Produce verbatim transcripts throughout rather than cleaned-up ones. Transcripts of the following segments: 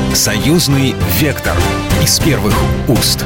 Союзный вектор из первых уст.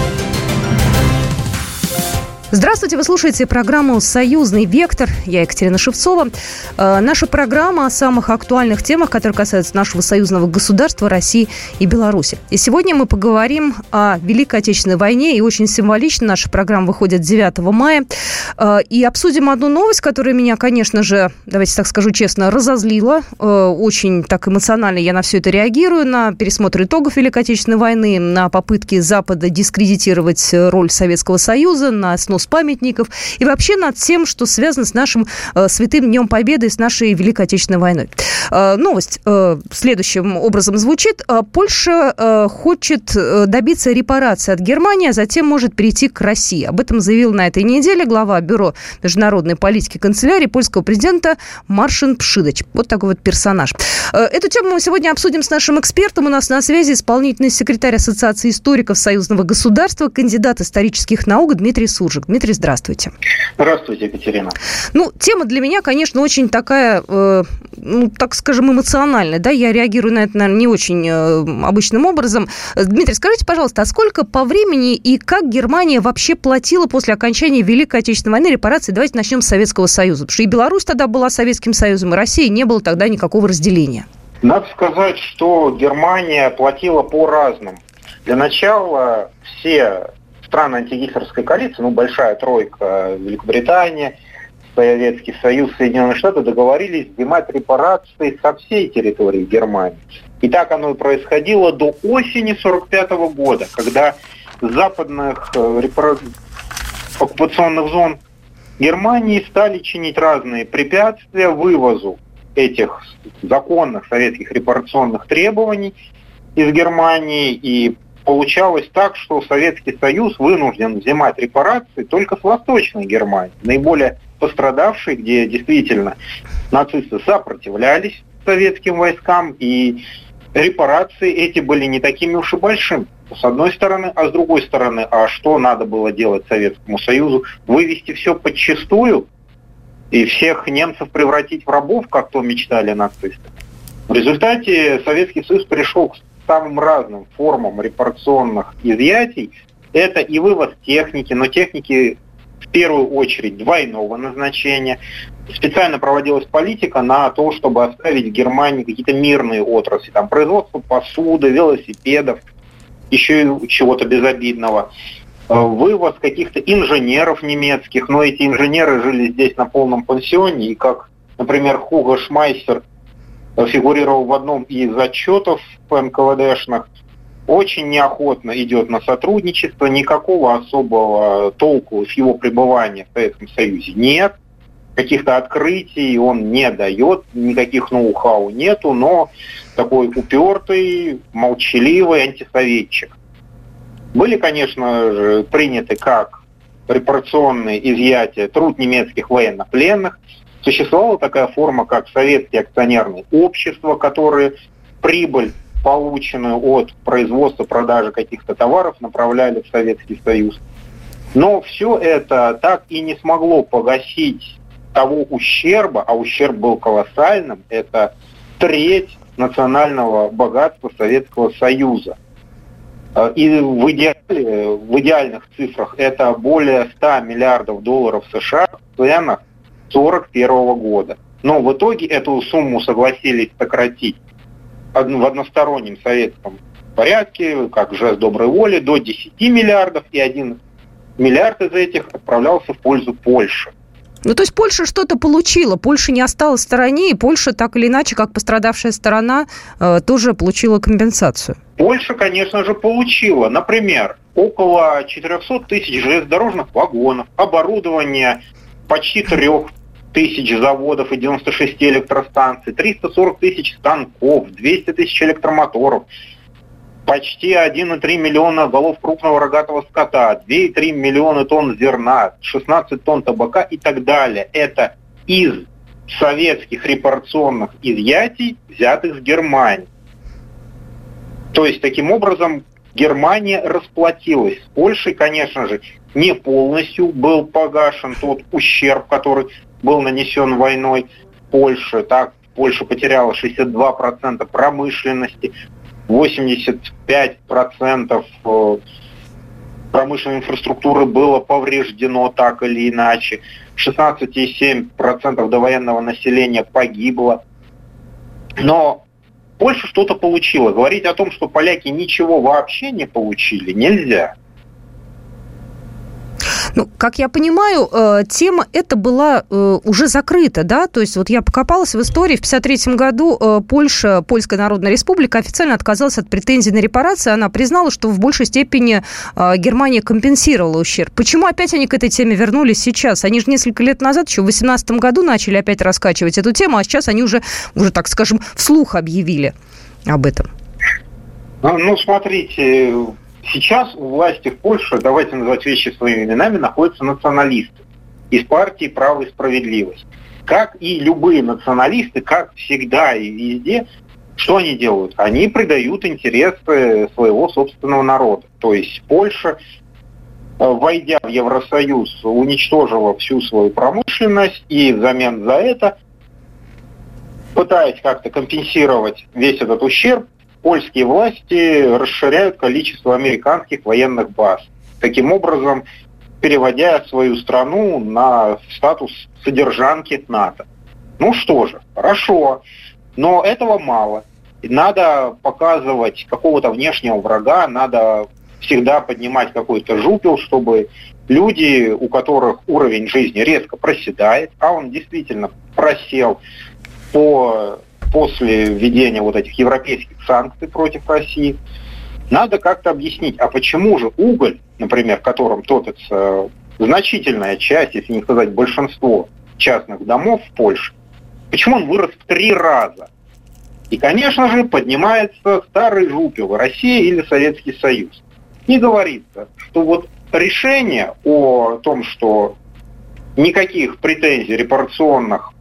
Здравствуйте, вы слушаете программу «Союзный вектор». Я Екатерина Шевцова. Э, наша программа о самых актуальных темах, которые касаются нашего союзного государства, России и Беларуси. И сегодня мы поговорим о Великой Отечественной войне. И очень символично наша программа выходит девятого мая. Э, и обсудим одну новость, которая меня, конечно же, давайте так скажу честно, разозлила. Э, очень так эмоционально я на все это реагирую. На пересмотр итогов Великой Отечественной войны, на попытки Запада дискредитировать роль Советского Союза, на снос памятников и вообще над всем, что связано с нашим э, святым Днем Победы и с нашей Великой Отечественной войной. Э, новость э, следующим образом звучит. Э, Польша э, хочет э, добиться репарации от Германии, а затем может перейти к России. Об этом заявил на этой неделе глава Бюро международной политики канцелярии польского президента Маршин Пшидыч. Вот такой вот персонаж. Э, эту тему мы сегодня обсудим с нашим экспертом. У нас на связи исполнительный секретарь Ассоциации историков союзного государства, кандидат исторических наук Дмитрий Суржик. Дмитрий, здравствуйте. Здравствуйте, Екатерина. Ну, тема для меня, конечно, очень такая, э, ну, так скажем, эмоциональная, да, я реагирую на это, наверное, не очень э, обычным образом. Дмитрий, скажите, пожалуйста, а сколько по времени и как Германия вообще платила после окончания Великой Отечественной войны репарации? Давайте начнем с Советского Союза, потому что и Беларусь тогда была Советским Союзом, и Россия, не было тогда никакого разделения. Надо сказать, что Германия платила по-разному. Для начала все страны антигитлеровской коалиции, ну, большая тройка, Великобритания, Советский Союз, Соединенные Штаты, договорились взимать репарации со всей территории Германии. И так оно и происходило до осени сорок пятого года, когда с западных репар... оккупационных зон Германии стали чинить разные препятствия вывозу этих законных советских репарационных требований из Германии, и получалось так, что Советский Союз вынужден взимать репарации только с Восточной Германии, наиболее пострадавшей, где действительно нацисты сопротивлялись советским войскам, и репарации эти были не такими уж и большими, с одной стороны, а с другой стороны, а что надо было делать Советскому Союзу? Вывести все подчистую и всех немцев превратить в рабов, как то мечтали нацисты. В результате Советский Союз пришел к самым разным формам репарационных изъятий. Это и вывоз техники, но техники в первую очередь двойного назначения. Специально проводилась политика на то, чтобы оставить в Германии какие-то мирные отрасли, там производство посуды, велосипедов, еще и чего-то безобидного. Вывоз каких-то инженеров немецких, но эти инженеры жили здесь на полном пансионе, и как, например, Хуго Шмайсер фигурировал в одном из отчетов эн ка вэ дэшных, очень неохотно идет на сотрудничество, никакого особого толку с его пребывания в Советском Союзе нет, каких-то открытий он не дает, никаких ноу-хау нету, но такой упертый, молчаливый антисоветчик. Были, конечно же, приняты как репарационные изъятия труд немецких военнопленных. Существовала такая форма, как советские акционерные общества, которые прибыль, полученную от производства, продажи каких-то товаров, направляли в Советский Союз. Но все это так и не смогло погасить того ущерба, а ущерб был колоссальным, это треть национального богатства Советского Союза. И в идеале, в идеальных цифрах это более ста миллиардов долларов США в ценах сорок первого года. Но в итоге эту сумму согласились сократить в одностороннем советском порядке, как жест доброй воли, до десяти миллиардов, и один миллиард из этих отправлялся в пользу Польши. Ну, то есть Польша что-то получила, Польша не осталась в стороне, и Польша так или иначе, как пострадавшая сторона, э, тоже получила компенсацию. Польша, конечно же, получила, например, около четырехсот тысяч железнодорожных вагонов, оборудование почти трех тысяч заводов и девяноста шести электростанций, триста сорок тысяч станков, двести тысяч электромоторов, почти один целых три миллиона голов крупного рогатого скота, два целых три миллиона тонн зерна, шестнадцать тонн табака и так далее. Это из советских репарационных изъятий, взятых в Германии. То есть, таким образом, Германия расплатилась с Польшей, конечно же, не полностью был погашен тот ущерб, который был нанесен войной Польше. Так, Польша потеряла шестьдесят два процента промышленности, восемьдесят пять процентов промышленной инфраструктуры было повреждено так или иначе. шестнадцать целых семь десятых процента довоенного населения погибло. Но Польша что-то получила. Говорить о том, что поляки ничего вообще не получили, нельзя. Ну, как я понимаю, э, тема эта была э, уже закрыта, да? То есть вот я покопалась в истории. В тысяча девятьсот пятьдесят третьем году э, Польша, Польская Народная Республика официально отказалась от претензий на репарации. Она признала, что в большей степени э, Германия компенсировала ущерб. Почему опять они к этой теме вернулись сейчас? Они же несколько лет назад, еще в две тысячи восемнадцатом году, начали опять раскачивать эту тему, а сейчас они уже, уже так скажем, вслух объявили об этом. Ну, ну смотрите... Сейчас у власти в Польше, давайте называть вещи своими именами, находятся националисты из партии «Право и справедливость». Как и любые националисты, как всегда и везде, что они делают? Они предают интересы своего собственного народа. То есть Польша, войдя в Евросоюз, уничтожила всю свою промышленность и взамен за это, пытаясь как-то компенсировать весь этот ущерб, польские власти расширяют количество американских военных баз, таким образом переводя свою страну на статус содержанки НАТО. Ну что же, хорошо, но этого мало. Надо показывать какого-то внешнего врага, надо всегда поднимать какой-то жупел, чтобы люди, у которых уровень жизни резко проседает, а он действительно просел по... после введения вот этих европейских санкций против России, надо как-то объяснить, а почему же уголь, например, в котором топится значительная часть, если не сказать большинство частных домов в Польше, почему он вырос в три раза? И, конечно же, поднимается старый жупел, Россия или Советский Союз. И говорится, что вот решение о том, что никаких претензий репарационных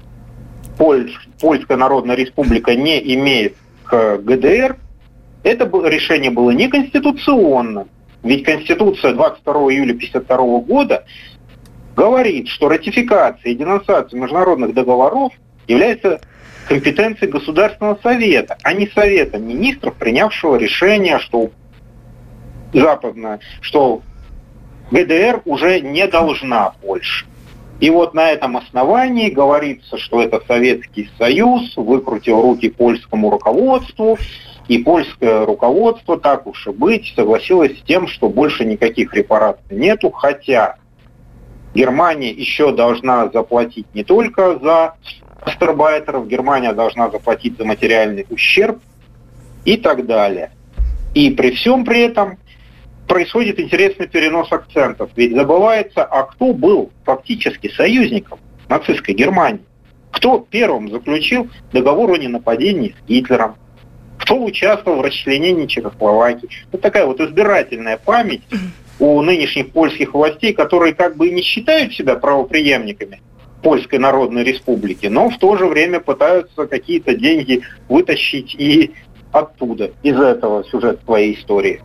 Польская Народная Республика не имеет к ГДР, это решение было неконституционно. Ведь Конституция двадцать второго июля тысяча девятьсот пятьдесят второго года говорит, что ратификация и денонсация международных договоров является компетенцией Государственного Совета, а не Совета министров, принявшего решение, что западная, что ГДР уже не должна Польше. И вот на этом основании говорится, что это Советский Союз выкрутил руки польскому руководству, и польское руководство, так уж и быть, согласилось с тем, что больше никаких репараций нету, хотя Германия еще должна заплатить не только за гастарбайтеров, Германия должна заплатить за материальный ущерб и так далее. И при всем при этом происходит интересный перенос акцентов. Ведь забывается, а кто был фактически союзником нацистской Германии? Кто первым заключил договор о ненападении с Гитлером? Кто участвовал в расчленении Чехословакии? Вот такая вот избирательная память у нынешних польских властей, которые как бы и не считают себя правопреемниками Польской Народной Республики, но в то же время пытаются какие-то деньги вытащить и оттуда, из этого сюжета твоей истории.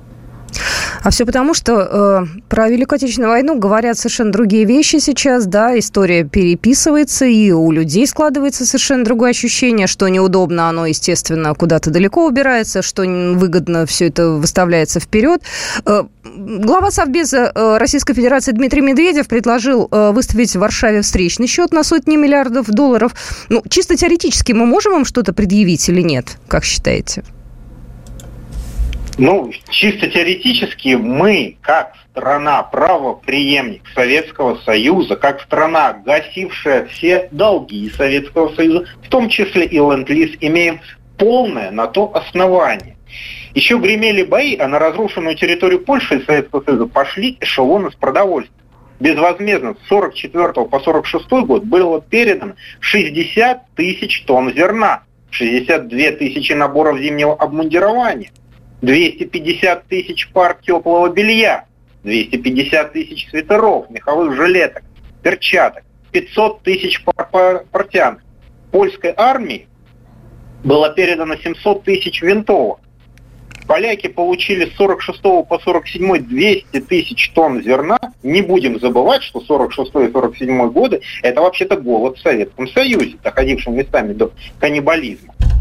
А все потому, что э, про Великую Отечественную войну говорят совершенно другие вещи сейчас, да, история переписывается, и у людей складывается совершенно другое ощущение, что неудобно, оно, естественно, куда-то далеко убирается, что выгодно, все это выставляется вперед. Э, глава Совбеза э, Российской Федерации Дмитрий Медведев предложил э, выставить в Варшаве встречный счет на сотни миллиардов долларов. Ну, чисто теоретически мы можем им что-то предъявить или нет, как считаете? Ну, чисто теоретически мы, как страна-правопреемник Советского Союза, как страна, гасившая все долги Советского Союза, в том числе и ленд-лиз, имеем полное на то основание. Еще гремели бои, а на разрушенную территорию Польши и Советского Союза пошли эшелоны с продовольствием. Безвозмездно с сорок четвёртого по сорок шестой год было передано шестьдесят тысяч тонн зерна, шестьдесят две тысячи наборов зимнего обмундирования, двести пятьдесят тысяч пар теплого белья, двести пятьдесят тысяч свитеров, меховых жилеток, перчаток, пятьсот тысяч пар портянок. Польской армии было передано семьсот тысяч винтовок. Поляки получили с сорок шестого по сорок седьмой двести тысяч тонн зерна. Не будем забывать, что сорок шестой и сорок седьмой годы – это вообще-то голод в Советском Союзе, доходивший местами до каннибализма.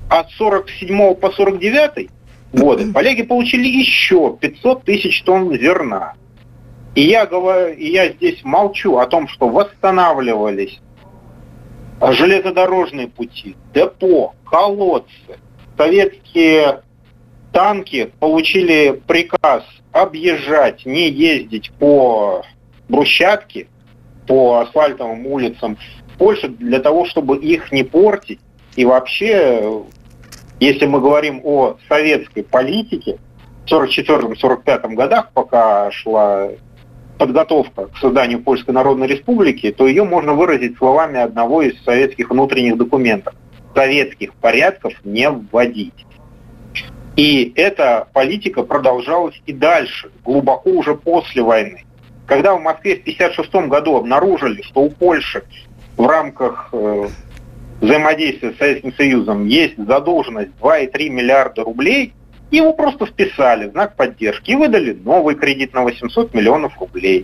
от сорок седьмого по сорок девятый годы поляки получили еще пятьсот тысяч тонн зерна. И я, говорю, и я здесь молчу о том, что восстанавливались железнодорожные пути, депо, колодцы. Советские танки получили приказ объезжать, не ездить по брусчатке, по асфальтовым улицам Польши для того, чтобы их не портить. И вообще, если мы говорим о советской политике, в сорок четвёртом — сорок пятом годах, пока шла подготовка к созданию Польской Народной Республики, то ее можно выразить словами одного из советских внутренних документов. Советских порядков не вводить. И эта политика продолжалась и дальше, глубоко уже после войны. Когда в Москве в тысяча девятьсот пятьдесят шестом году обнаружили, что у Польши в рамках э, взаимодействия с Советским Союзом есть задолженность два и три миллиарда рублей, его просто вписали в знак поддержки и выдали новый кредит на восемьсот миллионов рублей.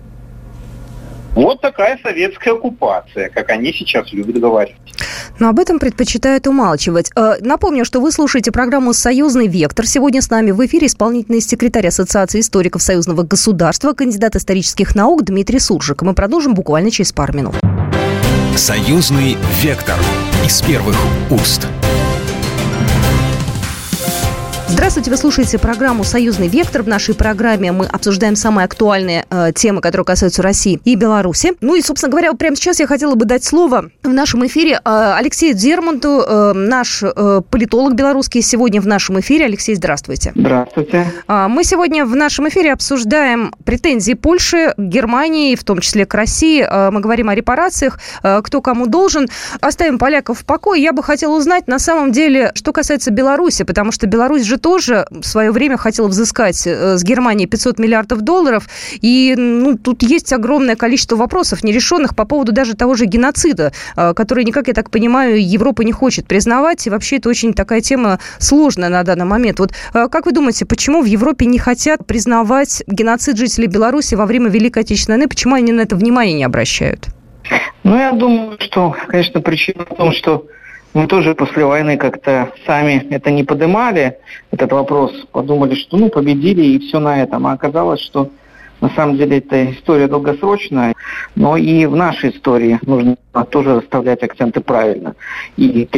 Вот такая советская оккупация, как они сейчас любят говорить. Но об этом предпочитают умалчивать. Напомню, что вы слушаете программу «Союзный вектор». Сегодня с нами в эфире исполнительный секретарь Ассоциации историков союзного государства, кандидат исторических наук Дмитрий Суржик. Мы продолжим буквально через пару минут. «Союзный вектор» из первых уст. Здравствуйте, вы слушаете программу «Союзный вектор». В нашей программе мы обсуждаем самые актуальные э, темы, которые касаются России и Беларуси. Ну и, собственно говоря, прямо сейчас я хотела бы дать слово в нашем эфире э, Алексею Дзерманту, э, наш э, политолог белорусский, сегодня в нашем эфире. Алексей, здравствуйте. Здравствуйте. Э, мы сегодня в нашем эфире обсуждаем претензии Польши к Германии, в том числе к России. Э, мы говорим о репарациях, э, кто кому должен. Оставим поляков в покое. Я бы хотела узнать, на самом деле, что касается Беларуси, потому что Беларусь же тоже в свое время хотел взыскать с Германии пятьсот миллиардов долларов. И ну, тут есть огромное количество вопросов нерешенных по поводу даже того же геноцида, который никак, я так понимаю, Европа не хочет признавать. И вообще это очень такая тема сложная на данный момент. Вот как вы думаете, почему в Европе не хотят признавать геноцид жителей Беларуси во время Великой Отечественной войны? Почему они на это внимание не обращают? Ну, я думаю, что, конечно, причина в том, что мы тоже после войны как-то сами это не поднимали, этот вопрос, подумали, что ну победили и все на этом. А оказалось, что на самом деле эта история долгосрочная, но и в нашей истории нужно тоже расставлять акценты правильно. И,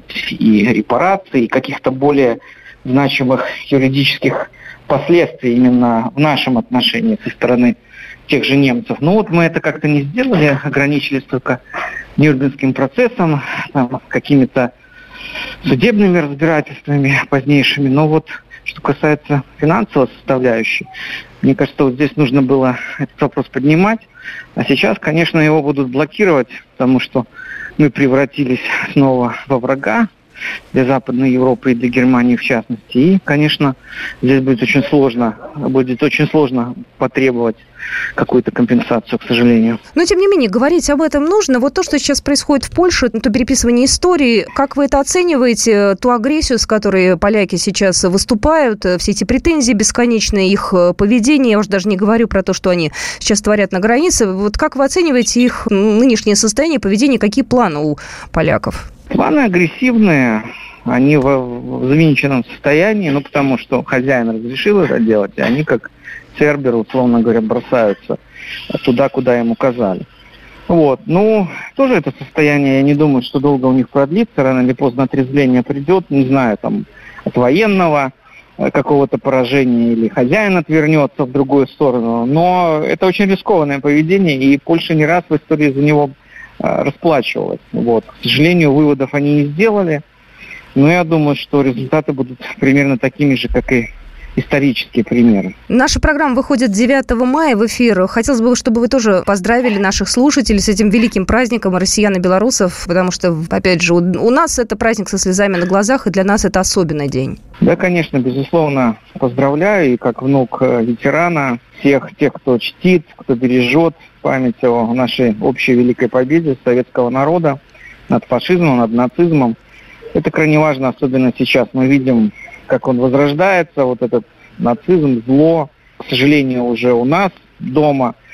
и репарации, и каких-то более значимых юридических последствий именно в нашем отношении со стороны тех же немцев. Но вот мы это как-то не сделали, ограничились только Нюрнбергским процессом, там, какими-то судебными разбирательствами позднейшими. Но вот что касается финансовой составляющей, мне кажется, вот здесь нужно было этот вопрос поднимать. А сейчас, конечно, его будут блокировать, потому что мы превратились снова во врага для Западной Европы и для Германии в частности. И, конечно, здесь будет очень сложно, будет очень сложно потребовать какую-то компенсацию, к сожалению. Но, тем не менее, говорить об этом нужно. Вот то, что сейчас происходит в Польше, то переписывание истории, как вы это оцениваете, ту агрессию, с которой поляки сейчас выступают, все эти претензии бесконечные, их поведение, я уже даже не говорю про то, что они сейчас творят на границе. Вот как вы оцениваете их нынешнее состояние, поведение, какие планы у поляков? Планы агрессивные, они в, в завинченном состоянии, ну, потому что хозяин разрешил это делать, и они, как церберы, условно говоря, бросаются туда, куда им указали. Вот, ну, тоже это состояние, я не думаю, что долго у них продлится, рано или поздно отрезвление придет, не знаю, там, от военного какого-то поражения, или хозяин отвернется в другую сторону, но это очень рискованное поведение, и Польша не раз в истории за него расплачивалась. Вот. К сожалению, выводов они не сделали, но я думаю, что результаты будут примерно такими же, как и исторические примеры. Наша программа выходит девятого мая в эфир. Хотелось бы, чтобы вы тоже поздравили наших слушателей с этим великим праздником россиян и белорусов, потому что, опять же, у нас это праздник со слезами на глазах, и для нас это особенный день. Да, конечно, безусловно, поздравляю, и как внук ветерана, всех тех, кто чтит, кто бережет память о нашей общей великой победе советского народа над фашизмом, над нацизмом. Это крайне важно, особенно сейчас. Мы видим, как он возрождается, вот этот нацизм, зло, к сожалению, уже у нас дома.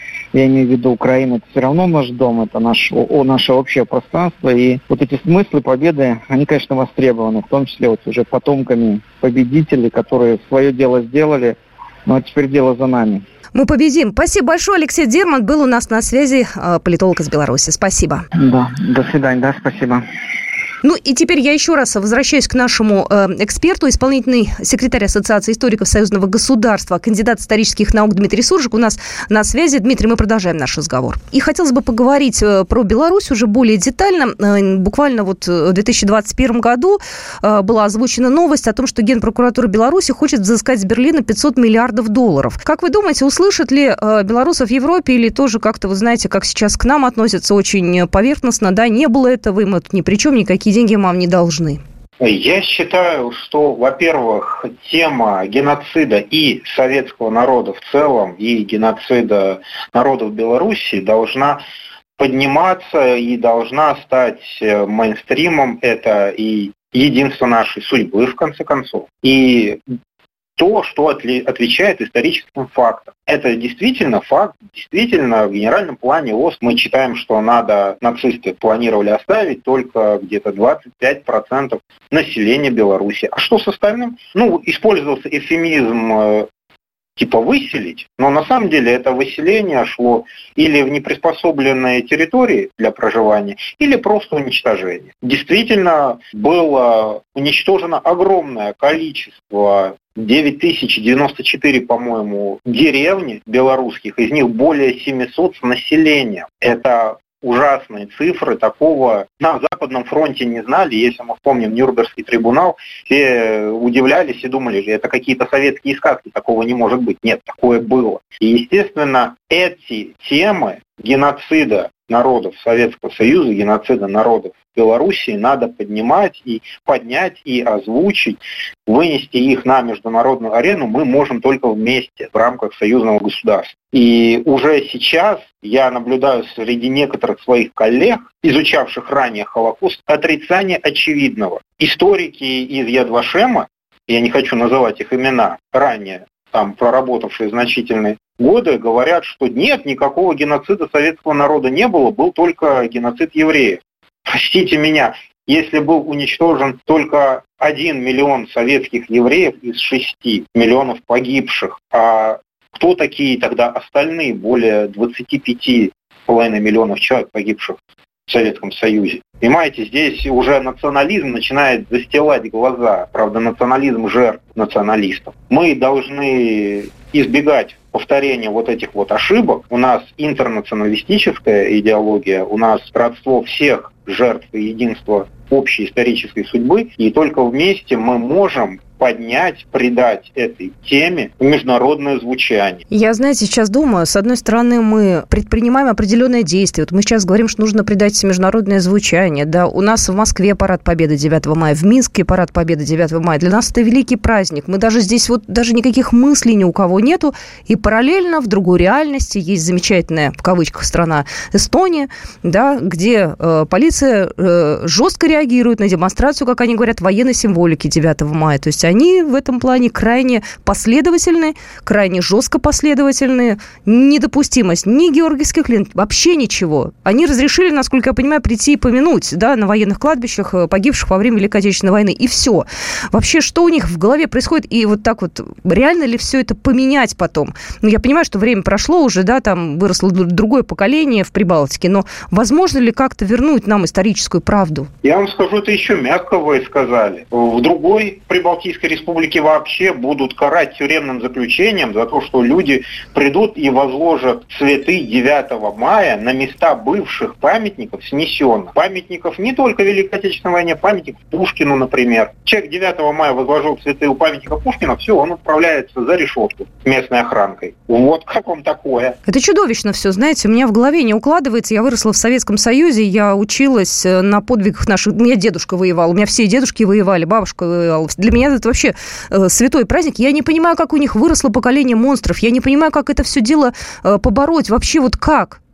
я имею в виду Украину, это все равно наш дом, это наш, о, наше общее пространство. И вот эти смыслы победы, они, конечно, востребованы, в том числе вот уже потомками победителей, которые свое дело сделали, ну а теперь дело за нами. Мы победим. Спасибо большое. Алексей Дерман был у нас на связи, политолог из Беларуси. Спасибо. Да, до свидания, да, спасибо. Ну и теперь я еще раз возвращаюсь к нашему э, эксперту, исполнительный секретарь Ассоциации историков Союзного государства, кандидат исторических наук Дмитрий Суржик у нас на связи. Дмитрий, мы продолжаем наш разговор. И хотелось бы поговорить э, про Беларусь уже более детально. Э, буквально вот в две тысячи двадцать первом году э, была озвучена новость о том, что Генпрокуратура Беларуси хочет взыскать с Берлина пятьсот миллиардов долларов. Как вы думаете, услышат ли э, белорусов в Европе или тоже как-то, вы знаете, как сейчас к нам относятся очень поверхностно, да, не было этого, им это ни при чем, никакие деньги вам не должны? Я считаю, что, во-первых, тема геноцида и советского народа в целом, и геноцида народов Беларуси должна подниматься и должна стать мейнстримом. Это и единство нашей судьбы, в конце концов. И то, что отвечает историческим фактам. Это действительно факт. Действительно, в генеральном плане ОС мы читаем, что надо, нацисты планировали оставить только где-то двадцать пять процентов населения Беларуси. А что с остальным? Ну, использовался эвфемизм типа выселить, но на самом деле это выселение шло или в неприспособленные территории для проживания, или просто уничтожение. Действительно, было уничтожено огромное количество, девять тысяч девяносто четыре, по-моему, деревни белорусских, из них более семьсот с населением. Это ужасные цифры, такого на Западном фронте не знали. Если мы вспомним Нюрнбергский трибунал, все удивлялись и думали, что это какие-то советские сказки, такого не может быть. Нет, такое было. И, естественно, эти темы геноцида народов Советского Союза, геноцида народов Белоруссии надо поднимать и поднять и озвучить, вынести их на международную арену мы можем только вместе в рамках союзного государства. И уже сейчас я наблюдаю среди некоторых своих коллег, изучавших ранее Холокост, отрицание очевидного. Историки из Яд Вашема, я не хочу называть их имена, ранее там проработавшие значительные годы, говорят, что нет, никакого геноцида советского народа не было, был только геноцид евреев. Простите меня, если был уничтожен только один миллион советских евреев из шести миллионов погибших, а кто такие тогда остальные более двадцать пять с половиной миллионов человек, погибших в Советском Союзе? Понимаете, здесь уже национализм начинает застилать глаза. Правда, национализм жертв националистов. Мы должны избегать повторения вот этих вот ошибок. У нас интернационалистическая идеология, у нас родство всех жертв и единство общей исторической судьбы, и только вместе мы можем поднять, придать этой теме международное звучание. Я, знаете, сейчас думаю, с одной стороны, мы предпринимаем определенные действия. Вот мы сейчас говорим, что нужно придать международное звучание. Да, у нас в Москве парад Победы девятого мая, в Минске парад Победы девятого мая. Для нас это великий праздник. Мы даже здесь вот даже никаких мыслей ни у кого нету. И параллельно в другой реальности есть замечательная, в кавычках, страна Эстония, да, где э, полиция э, жестко реагирует на демонстрацию, как они говорят, военной символики девятого мая. То есть они в этом плане крайне последовательны, крайне жестко последовательны. Недопустимость ни георгиевских лент, вообще ничего. Они разрешили, насколько я понимаю, прийти и помянуть, да, на военных кладбищах погибших во время Великой Отечественной войны. И все. Вообще, что у них в голове происходит? И вот так вот, реально ли все это поменять потом? Ну, я понимаю, что время прошло уже, да, там выросло другое поколение в Прибалтике, но возможно ли как-то вернуть нам историческую правду? Я вам скажу, это еще мягко вы сказали. В другой Прибалтийской республике вообще будут карать тюремным заключением за то, что люди придут и возложат цветы девятого мая на места бывших памятников снесенных. Памятников не только Великой Отечественной войне, памятников Пушкину, например. Человек девятого мая возложил цветы у памятника Пушкина, все, он отправляется за решетку местной охранкой. Вот как вам такое? Это чудовищно все, знаете, у меня в голове не укладывается. Я выросла в Советском Союзе, я училась на подвигах наших. У меня дедушка воевал, у меня все дедушки воевали, бабушка воевала. Для меня это вообще э, святой праздник. Я не понимаю, как у них выросло поколение монстров. Я не понимаю, как это все дело э, побороть. Вообще вот как?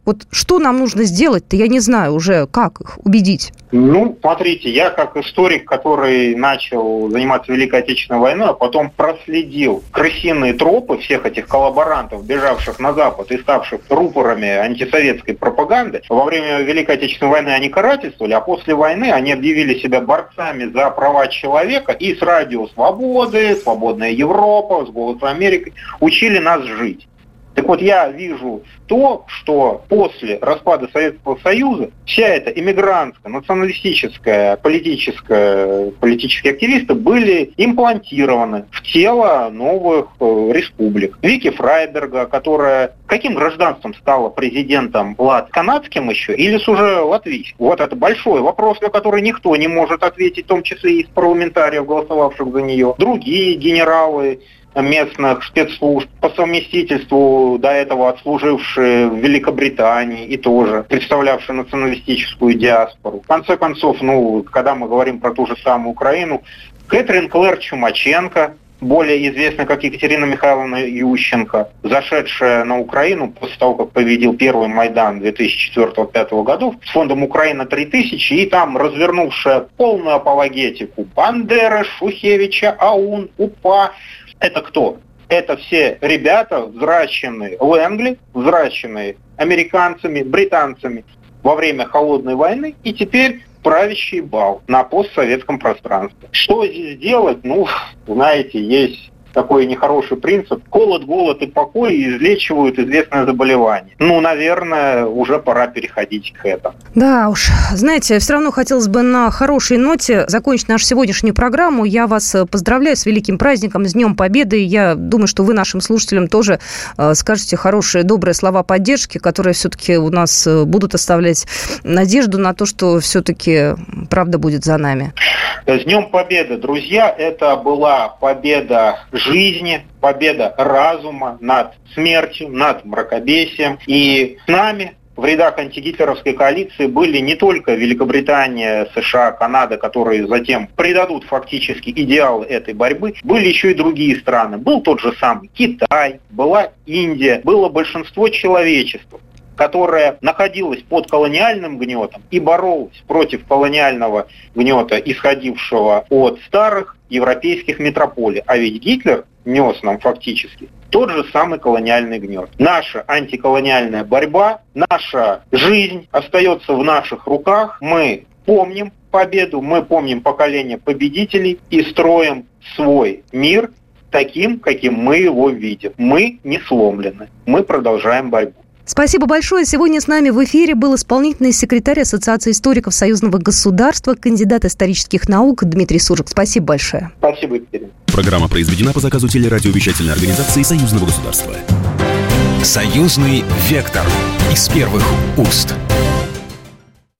Вот что нам нужно сделать-то, я не знаю уже, как их убедить. Ну, смотрите, я как историк, который начал заниматься Великой Отечественной войной, а потом проследил крысиные тропы всех этих коллаборантов, бежавших на Запад и ставших рупорами антисоветской пропаганды. Во время Великой Отечественной войны они карательствовали, а после войны они объявили себя борцами за права человека и с радио «Свободы», «Свободная Европа», с «Голосом Америки» учили нас жить. Так вот, я вижу то, что после распада Советского Союза вся эта иммигрантская, националистическая, политическая, политические активисты были имплантированы в тело новых э, республик. Вики Фрайберга, которая каким гражданством стала президентом, лат канадским еще или с уже латвийским? Вот это большой вопрос, на который никто не может ответить, в том числе и из парламентариев, голосовавших за нее. Другие генералы местных спецслужб, по совместительству до этого отслужившие в Великобритании и тоже представлявшие националистическую диаспору. В конце концов, ну, когда мы говорим про ту же самую Украину, Кэтрин Клэр Чумаченко, более известная как Екатерина Михайловна Ющенко, зашедшая на Украину после того, как победил первый Майдан две тысячи четвёртого — две тысячи пятого годов с фондом «Украина три тысячи», и там развернувшая полную апологетику Бандеры, Шухевича, АУН, УПА. Это кто? Это все ребята, взращенные в Лэнгли, взращенные американцами, британцами во время Холодной войны, и теперь правящий бал на постсоветском пространстве. Что здесь делать? Ну, знаете, есть такой нехороший принцип. Холод, голод и покой излечивают известное заболевание. Ну, наверное, уже пора переходить к этому. Да уж, знаете, все равно хотелось бы на хорошей ноте закончить нашу сегодняшнюю программу. Я вас поздравляю с великим праздником, с Днем Победы. Я думаю, что вы нашим слушателям тоже скажете хорошие, добрые слова поддержки, которые все-таки у нас будут оставлять надежду на то, что все-таки правда будет за нами. С Днем Победы, друзья! Это была победа жизни, победа разума над смертью, над мракобесием. И с нами в рядах антигитлеровской коалиции были не только Великобритания, США, Канада, которые затем предадут фактически идеалы этой борьбы, были еще и другие страны. Был тот же самый Китай, была Индия, было большинство человечества, которая находилась под колониальным гнетом и боролась против колониального гнета, исходившего от старых европейских метрополий. А ведь Гитлер нес нам фактически тот же самый колониальный гнет. Наша антиколониальная борьба, наша жизнь остается в наших руках. Мы помним победу, мы помним поколение победителей и строим свой мир таким, каким мы его видим. Мы не сломлены, мы продолжаем борьбу. Спасибо большое. Сегодня с нами в эфире был исполнительный секретарь Ассоциации историков Союзного государства, кандидат исторических наук Дмитрий Суржик. Спасибо большое. Спасибо, Екатерина. Программа произведена по заказу телерадиовещательной организации Союзного государства. Союзный вектор из первых уст.